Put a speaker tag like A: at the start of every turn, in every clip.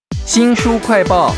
A: 新书快报。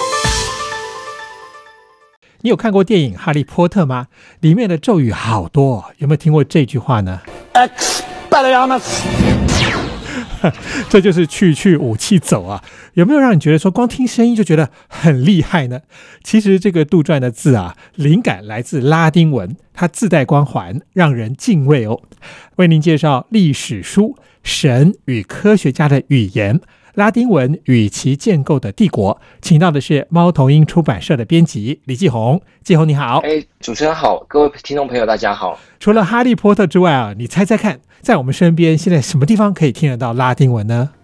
B: 你有看过电影《哈利波特》吗？里面的咒语好多，有没有听过这句话呢？
C: Expelliarmus
B: 这就是去武器走啊！有没有让你觉得说光听声音就觉得很厉害呢？其实这个杜撰的字啊，灵感来自拉丁文，它自带光环，让人敬畏哦。为您介绍历史书《神与科学家的语言》，拉丁文与其建构的帝国，请到的是猫头鹰出版社的编辑李继红。继红你好。
D: 主持人好，各位听众朋友大家好。
B: 除了哈利波特之外啊，你猜猜看，在我们身边现在什么地方可以听得到拉丁文呢？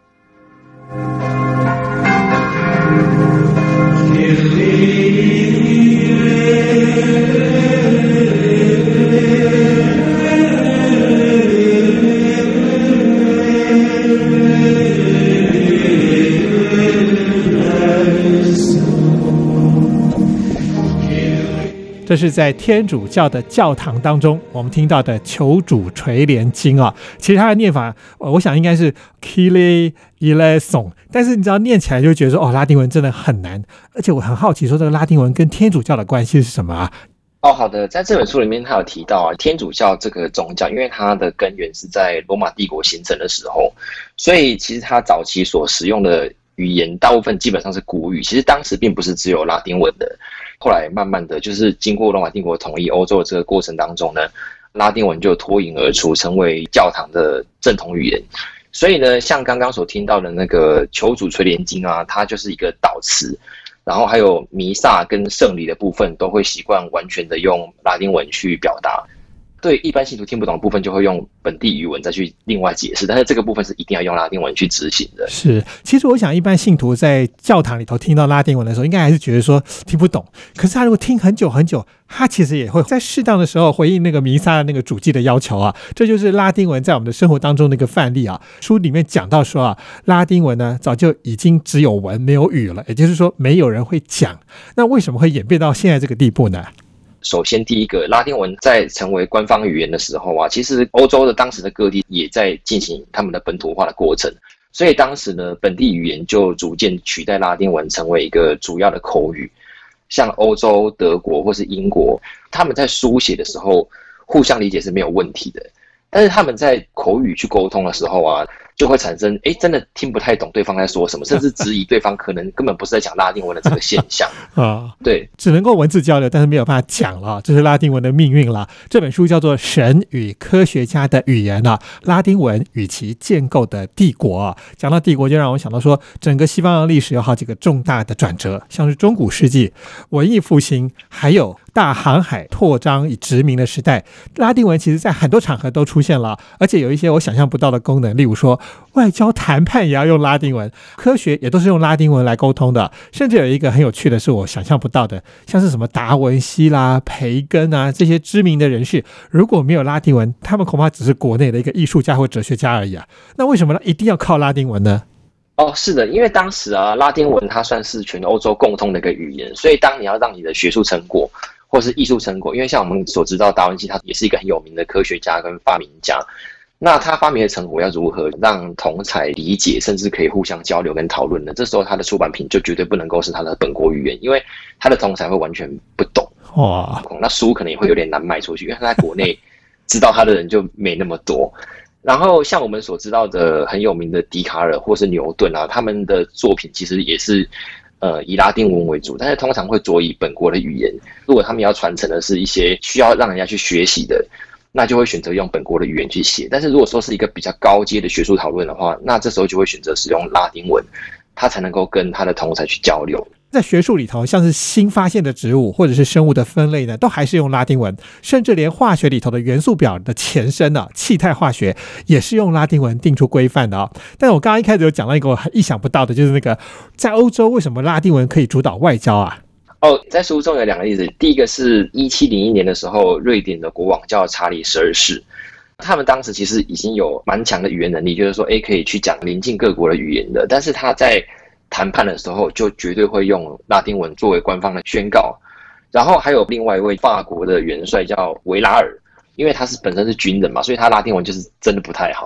B: 这是在天主教的教堂当中我们听到的求主垂怜经啊，其实它的念法我想应该是 Kyrie eleison， 但是你知道念起来就觉得说拉丁文真的很难，而且我很好奇说这个拉丁文跟天主教的关系是什么啊？
D: 好的，在这本书里面他有提到天主教这个宗教，因为它的根源是在罗马帝国形成的时候，所以其实它早期所使用的语言大部分基本上是古语，其实当时并不是只有拉丁文的，后来慢慢的就是经过罗马帝国统一欧洲的这个过程当中呢，拉丁文就脱颖而出，成为教堂的正统语言。所以呢，像刚刚所听到的那个求主垂怜经啊，它就是一个祷词，然后还有弥撒跟圣礼的部分都会习惯完全的用拉丁文去表达。对一般信徒听不懂的部分就会用本地语文再去另外解释，但是这个部分是一定要用拉丁文去执行的。
B: 是，其实我想一般信徒在教堂里头听到拉丁文的时候，应该还是觉得说听不懂，可是他如果听很久很久，他其实也会在适当的时候回应那个弥撒的那个主祭的要求啊，这就是拉丁文在我们的生活当中的一个范例啊。书里面讲到说啊，拉丁文呢早就已经只有文没有语了，也就是说没有人会讲，那为什么会演变到现在这个地步呢？
D: 首先第一个，拉丁文在成为官方语言的时候啊，其实欧洲的当时的各地也在进行他们的本土化的过程，所以当时呢，本地语言就逐渐取代拉丁文成为一个主要的口语。像欧洲德国或是英国，他们在书写的时候互相理解是没有问题的，但是他们在口语去沟通的时候啊，就会产生真的听不太懂对方在说什么，甚至质疑对方可能根本不是在讲拉丁文的这个现象
B: 啊，
D: 对，
B: 只能够文字交流，但是没有办法讲了，这是拉丁文的命运了。这本书叫做《神与科学家的语言》啊，拉丁文与其建构的帝国啊。讲到帝国，就让我想到说，整个西方的历史有好几个重大的转折，像是中古世纪、文艺复兴，还有大航海拓张与殖民的时代，拉丁文其实在很多场合都出现了，而且有一些我想象不到的功能，例如说外交谈判也要用拉丁文，科学也都是用拉丁文来沟通的，甚至有一个很有趣的是我想象不到的，像是什么达文西啦、培根啊这些知名的人士，如果没有拉丁文，他们恐怕只是国内的一个艺术家或哲学家而已啊。那为什么一定要靠拉丁文呢？
D: 是的，因为当时啊，拉丁文它算是全欧洲共通的一个语言，所以当你要让你的学术成果或是艺术成果，因为像我们所知道达文西他也是一个很有名的科学家跟发明家，那他发明的成果要如何让同侪理解，甚至可以互相交流跟讨论呢？这时候他的出版品就绝对不能够是他的本国语言，因为他的同侪会完全不懂。那书可能也会有点难卖出去，因为他在国内知道他的人就没那么多。然后像我们所知道的很有名的笛卡尔或是牛顿啊，他们的作品其实也是以拉丁文为主，但是通常会着以本国的语言。如果他们要传承的是一些需要让人家去学习的，那就会选择用本国的语言去写。但是如果说是一个比较高阶的学术讨论的话，那这时候就会选择使用拉丁文，他才能够跟他的同侪去交流。
B: 在学术里头，像是新发现的植物或者是生物的分类呢，都还是用拉丁文，甚至连化学里头的元素表的前身啊，气态化学也是用拉丁文定出规范的啊。但是我刚刚一开始有讲到一个我很意想不到的，就是那个在欧洲为什么拉丁文可以主导外交啊？
D: 在书中有两个例子，第一个是1701年的时候，瑞典的国王叫查理12世，他们当时其实已经有蛮强的语言能力，就是说可以去讲邻近各国的语言的，但是他在谈判的时候就绝对会用拉丁文作为官方的宣告。然后还有另外一位法国的元帅叫维拉尔，因为他是本身是军人嘛，所以他拉丁文就是真的不太好。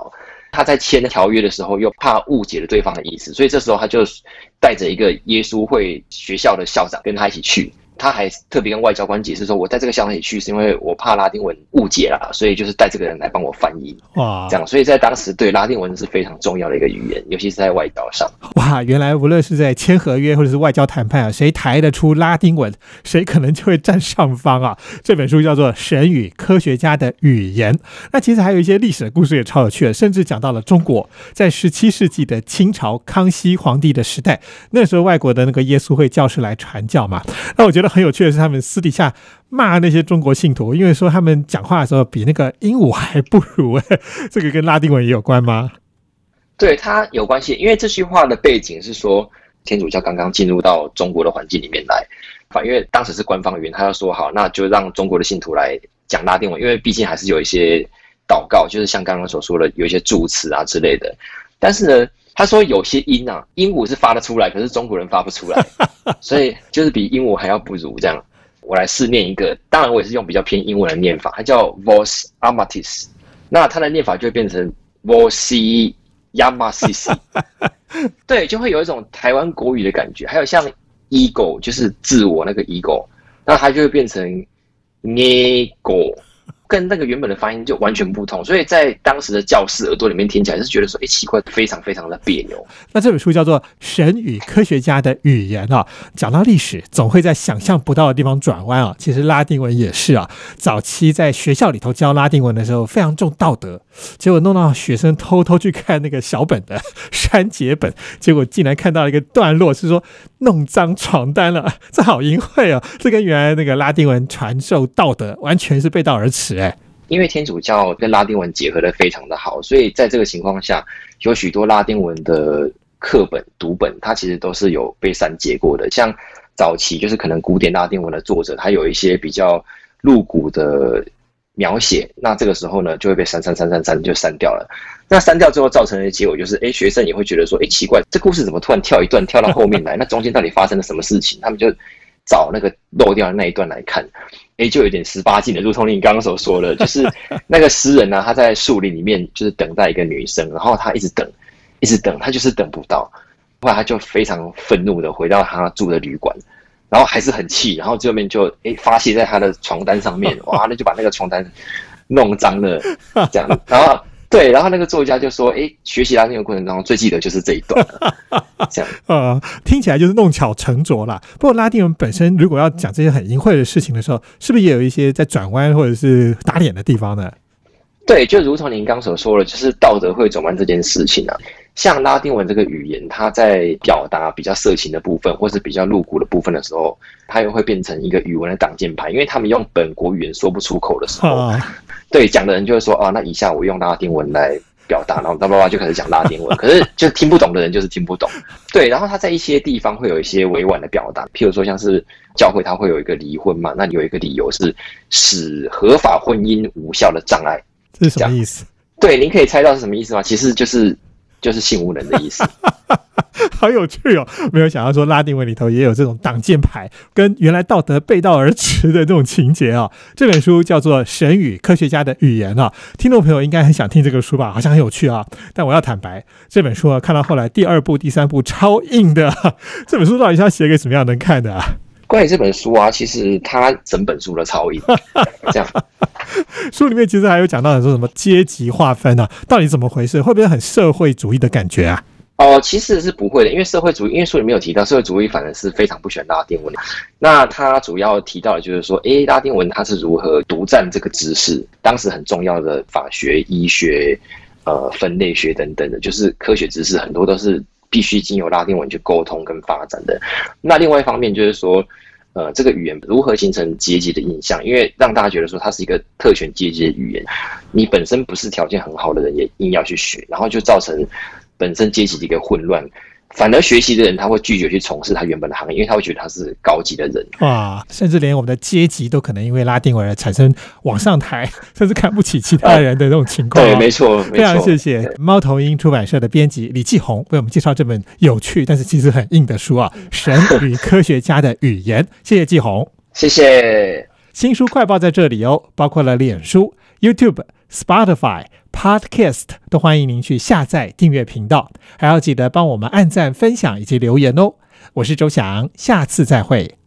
D: 他在签条约的时候又怕误解了对方的意思，所以这时候他就带着一个耶稣会学校的校长跟他一起去。他还特别跟外交官解释说，我带这个校长一起去是因为我怕拉丁文误解啦，所以就是带这个人来帮我翻译。哇，这样，所以在当时对拉丁文是非常重要的一个语言，尤其是在外交上。
B: 哇，原来无论是在签合约或者是外交谈判啊，谁抬得出拉丁文，谁可能就会占上方啊。这本书叫做《神与科学家的语言》，那其实还有一些历史的故事也超有趣的，甚至讲到了中国在17世纪的清朝康熙皇帝的时代，那时候外国的那个耶稣会教士来传教嘛。那我觉得很有趣的是，他们私底下骂那些中国信徒，因为说他们讲话的时候比那个鹦鹉还不如。这个跟拉丁文也有关吗？
D: 对，它有关系，因为这句话的背景是说，天主教刚刚进入到中国的环境里面来，因为当时是官方语言，他要说好，那就让中国的信徒来讲拉丁文，因为毕竟还是有一些祷告，就是像刚刚所说的有一些祝词啊之类的。但是呢，他说有些音啊，鹦鹉是发得出来，可是中国人发不出来，所以就是比鹦鹉还要不如这样。我来试念一个，当然我也是用比较偏英文的念法，它叫 Vos Amatis， 那它的念法就会变成 Vos Yamasisi， 对，就会有一种台湾国语的感觉。还有像 ego， 就是自我那个 ego， 那它就会变成 ego。跟那个原本的发音就完全不同，所以在当时的教士耳朵里面听起来是觉得说，奇怪，非常非常的别扭。
B: 那这本书叫做《神与科学家的语言》啊，讲到历史，总会在想象不到的地方转弯啊。其实拉丁文也是啊，早期在学校里头教拉丁文的时候，非常重道德，结果弄到学生偷偷去看那个小本的删节本，结果竟然看到一个段落是说弄脏床单了，这好淫秽啊！这跟原来那个拉丁文传授道德完全是背道而驰。
D: 因为天主教跟拉丁文结合的非常的好，所以在这个情况下，有许多拉丁文的课本、读本，它其实都是有被删节过的。像早期就是可能古典拉丁文的作者，他有一些比较露骨的描写，那这个时候呢就会被删就删掉了。那删掉之后造成的结果就是，学生也会觉得说，奇怪，这故事怎么突然跳一段跳到后面来？那中间到底发生了什么事情？他们就找那个漏掉的那一段来看。就有点18禁的，如同你刚刚所说的，就是那个诗人呢，他在树林里面就是等待一个女生，然后他一直等，他就是等不到，后来他就非常愤怒的回到他住的旅馆，然后还是很气，然后最后面就发泄在他的床单上面，哇，那就把那个床单弄脏了，这样，然后。对，然后那个作家就说：“学习拉丁文过程当中最记得就是这一段这样。
B: 听起来就是弄巧成拙啦。不过拉丁文本身如果要讲这些很淫秽的事情的时候，是不是也有一些在转弯或者是打脸的地方呢？
D: 对，就如同您刚所说的，就是道德会转弯这件事情啊。像拉丁文这个语言，它在表达比较色情的部分，或是比较露骨的部分的时候，它又会变成一个语文的挡箭牌，因为他们用本国语言说不出口的时候。对，讲的人就会说那以下我用拉丁文来表达，然后叭叭叭就开始讲拉丁文，可是就听不懂的人就是听不懂。对，然后他在一些地方会有一些委婉的表达，譬如说像是教会它会有一个离婚嘛，那有一个理由是使合法婚姻无效的障碍，
B: 这是什么意思？
D: 对，您可以猜到是什么意思吗？其实就是性无能的意思。
B: 好有趣哦！没有想到说拉丁文里头也有这种挡箭牌，跟原来道德背道而驰的这种情节啊。这本书叫做《神与科学家的语言》啊，听众朋友应该很想听这个书吧？好像很有趣啊。但我要坦白，这本书看到后来第2部、第3部超硬的，这本书到底是要写给什么样的人看的啊？
D: 关于这本书啊，其实它整本书的超硬，这样。
B: 书里面其实还有讲到很多什么阶级划分啊，到底怎么回事？会不会很社会主义的感觉啊？
D: 其实是不会的，因为社会主义，因为书里面有提到，社会主义反而是非常不喜欢拉丁文的。那他主要提到的就是说，拉丁文它是如何独占这个知识，当时很重要的法学、医学、分类学等等的，就是科学知识很多都是必须经由拉丁文去沟通跟发展的。那另外一方面就是说，这个语言如何形成阶级的印象，因为让大家觉得说它是一个特权阶级的语言，你本身不是条件很好的人也硬要去学，然后就造成本身阶级的一个混乱，反而学习的人他会拒绝去从事他原本的行业，因为他会觉得他是高级的人。
B: 哇，甚至连我们的阶级都可能因为拉丁文而产生往上抬，甚至看不起其他人的那种情况。
D: 对，没错，
B: 非常谢谢猫头鹰出版社的编辑李继宏为我们介绍这本有趣但是其实很硬的书啊，《神与科学家的语言》。谢谢继宏，
D: 谢谢。
B: 新书快报在这里哦，包括了脸书、YouTube、 Spotify、Podcast 都欢迎您去下载订阅频道，还要记得帮我们按赞、分享以及留言哦。我是周翔，下次再会。